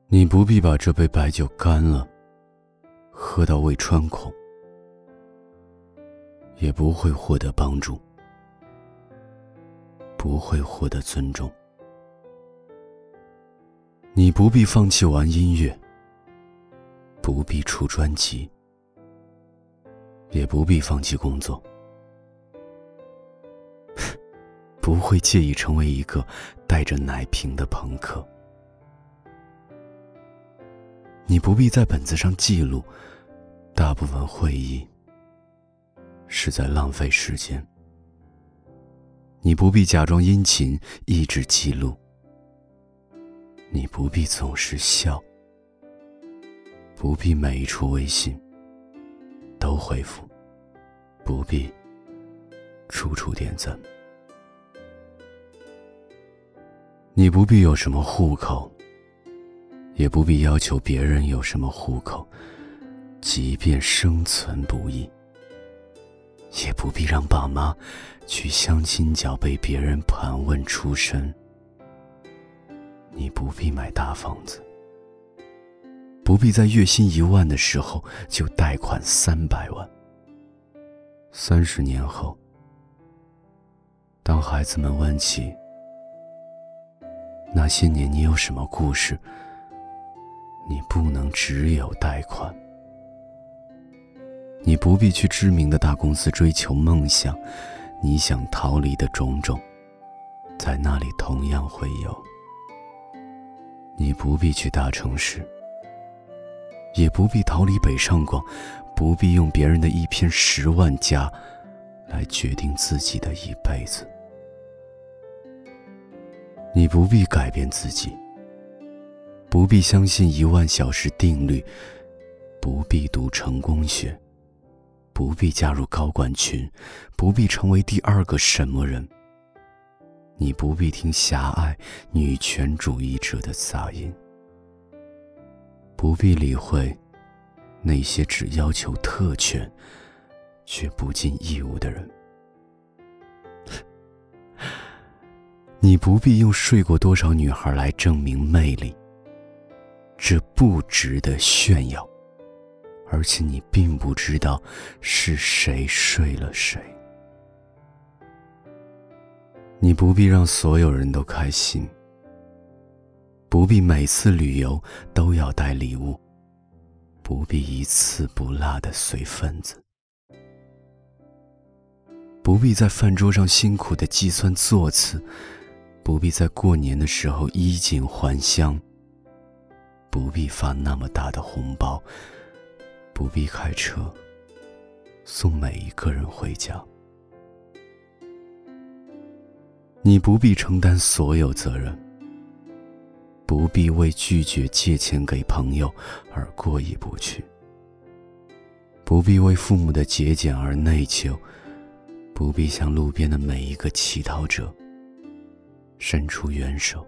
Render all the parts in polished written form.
你不必把这杯白酒干了，喝到胃穿孔，也不会获得帮助，不会获得尊重。你不必放弃玩音乐，不必出专辑，也不必放弃工作。不会介意成为一个带着奶瓶的朋克。你不必在本子上记录，大部分会议是在浪费时间。你不必假装殷勤，一直记录。你不必总是笑，不必每一处微信都回复，不必处处点赞。你不必有什么户口，也不必要求别人有什么户口，即便生存不易，也不必让爸妈去相亲角被别人盘问出身。你不必买大房子，不必在月薪1万的时候就贷款300万。30年后，当孩子们问起那些年你有什么故事，你不能只有贷款。你不必去知名的大公司追求梦想，你想逃离的种种，在那里同样会有。你不必去大城市，也不必逃离北上广，不必用别人的一篇10万加来决定自己的一辈子。你不必改变自己，不必相信1万小时定律，不必读成功学，不必加入高管群，不必成为第2个什么人。你不必听狭隘女权主义者的杂音，不必理会那些只要求特权却不尽义务的人。你不必用睡过多少女孩来证明魅力，这不值得炫耀，而且你并不知道是谁睡了谁。你不必让所有人都开心，不必每次旅游都要带礼物，不必一次不落的随份子，不必在饭桌上辛苦地计算座次，不必在过年的时候衣锦还乡，不必发那么大的红包，不必开车送每一个人回家。你不必承担所有责任，不必为拒绝借钱给朋友而过意不去，不必为父母的节俭而内疚，不必向路边的每一个乞讨者伸出援手。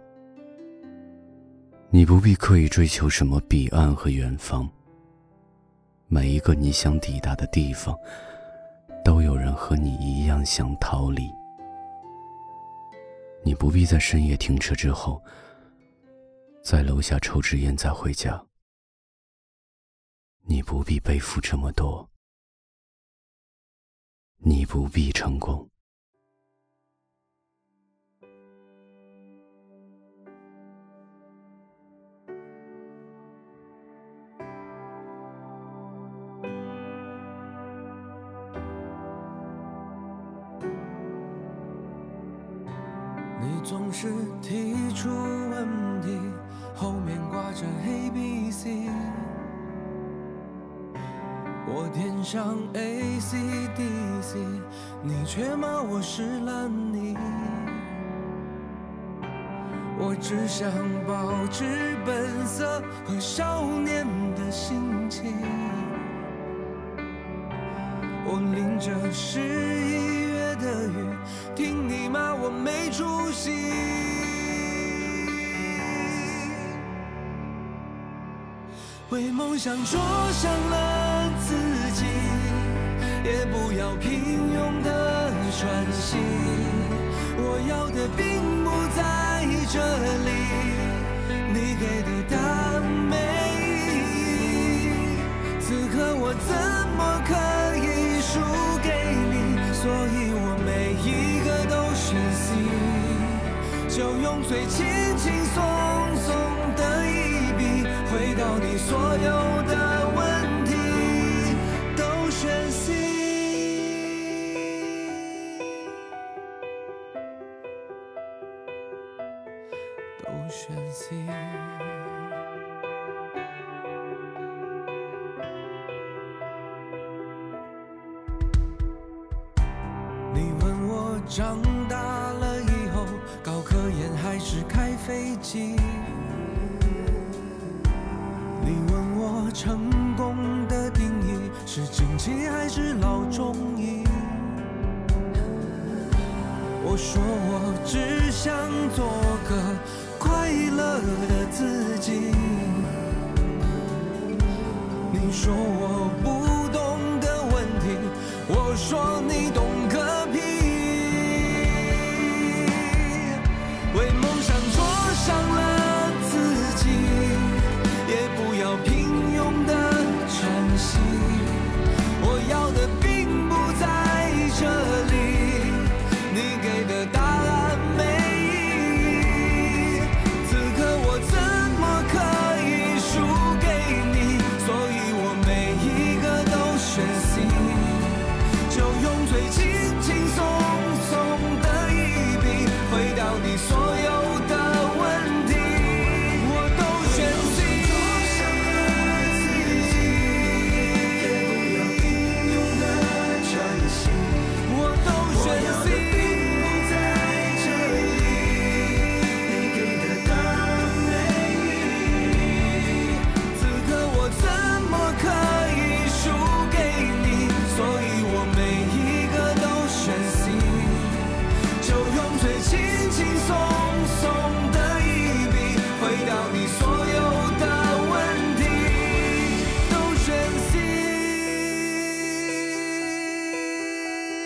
你不必刻意追求什么彼岸和远方，每一个你想抵达的地方，都有人和你一样想逃离。你不必在深夜停车之后，在楼下抽支烟再回家。你不必背负这么多，你不必成功。 你总是提出问题，后面挂着 ABC， 我填上 ACDC， 你却骂我是烂泥。我只想保持本色和少年的心情，我淋着11月的雨，听你骂我没出息。为梦想着想了自己，也不要平庸的喘息。我要的并不在这里，你给的答案用最轻轻松松的一笔，回到你所有的问题都选 C， 都选 C。你问我长大了以后，搞科研还是开飞机？你问我成功的定义是经济还是老中医？我说我只想做个快乐的自己。你说我不懂的问题，我说你懂个屁。为梦想灼伤了自己，也不要平庸的喘息。我要的并不在这里，你给的答案没意义。此刻我怎么可以输给你？所以我每一个都选 C， 就用最轻轻松松的一笔，回到你所有的问题，我都选 C。也不要平庸的喘息，我都选 C。并不在这里，你给的答案没意义。此刻我怎么可以输给你？所以我每一个都选 C， 就用最轻轻松松的一笔，回到你所有的问题都选 C，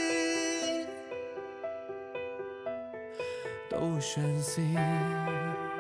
都选 C。